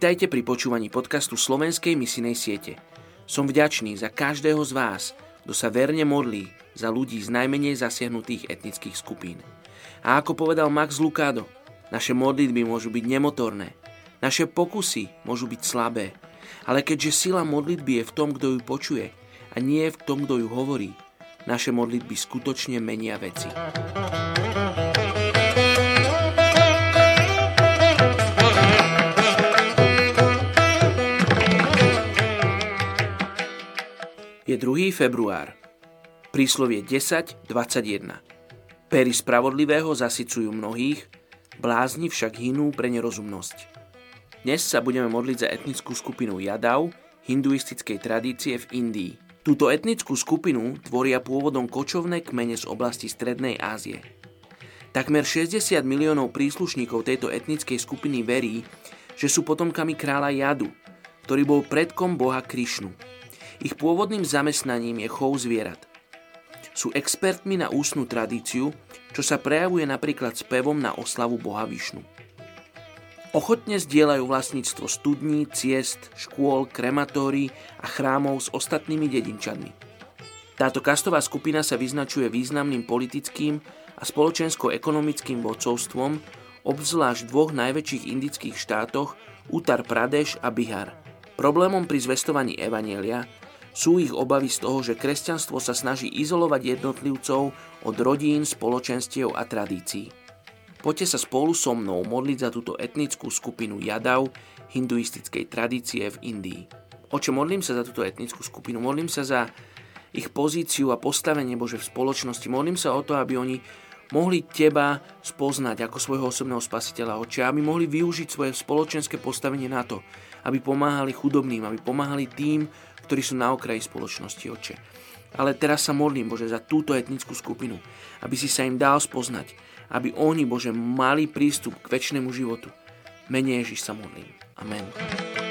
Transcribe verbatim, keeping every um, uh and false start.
Vitajte pri počúvaní podcastu Slovenskej misijnej siete. Som vďačný za každého z vás, kto sa verne modlí za ľudí z najmenej zasiahnutých etnických skupín. A ako povedal Max Lucado, naše modlitby môžu byť nemotorné, naše pokusy môžu byť slabé, ale keďže sila modlitby je v tom, kto ju počuje, a nie v tom, kto ju hovorí, naše modlitby skutočne menia veci. Je druhý február. Príslovie desať dvadsaťjeden. Pery spravodlivého zasycujú mnohých, blázni však hynú pre nerozumnosť. Dnes sa budeme modliť za etnickú skupinu Jadau hinduistickej tradície v Indii. Túto etnickú skupinu tvoria pôvodom kočovné kmene z oblasti Strednej Ázie. Takmer šesťdesiat miliónov príslušníkov tejto etnickej skupiny verí, že sú potomkami kráľa Jadu, ktorý bol predkom boha Krišnu. Ich pôvodným zamestnaním je chov zvierat. Sú expertmi na ústnu tradíciu, čo sa prejavuje napríklad spevom na oslavu boha Višnu. Ochotne zdieľajú vlastníctvo studní, ciest, škôl, krematórií a chrámov s ostatnými dedinčanmi. Táto kastová skupina sa vyznačuje významným politickým a spoločensko-ekonomickým vodcovstvom, obzvlášť v dvoch najväčších indických štátoch Uttar Pradeš a Bihar. Problémom pri zvestovaní evanjelia sú ich obavy z toho, že kresťanstvo sa snaží izolovať jednotlivcov od rodín, spoločenstiev a tradícií. Poďte sa spolu so mnou modliť za túto etnickú skupinu Jadau hinduistickej tradície v Indii. Oče, modlím sa za túto etnickú skupinu, modlím sa za ich pozíciu a postavenie Bože v spoločnosti, modlím sa o to, aby oni mohli Teba spoznať ako svojho osobného spasiteľa, Oče, aby mohli využiť svoje spoločenské postavenie na to, aby pomáhali chudobným, aby pomáhali tým, ktorí sú na okraji spoločnosti, Oče. Ale teraz sa modlím, Bože, za túto etnickú skupinu, aby si sa im dal spoznať, aby oni, Bože, mali prístup k večnému životu. Mene Ježiš sa modlím. Amen.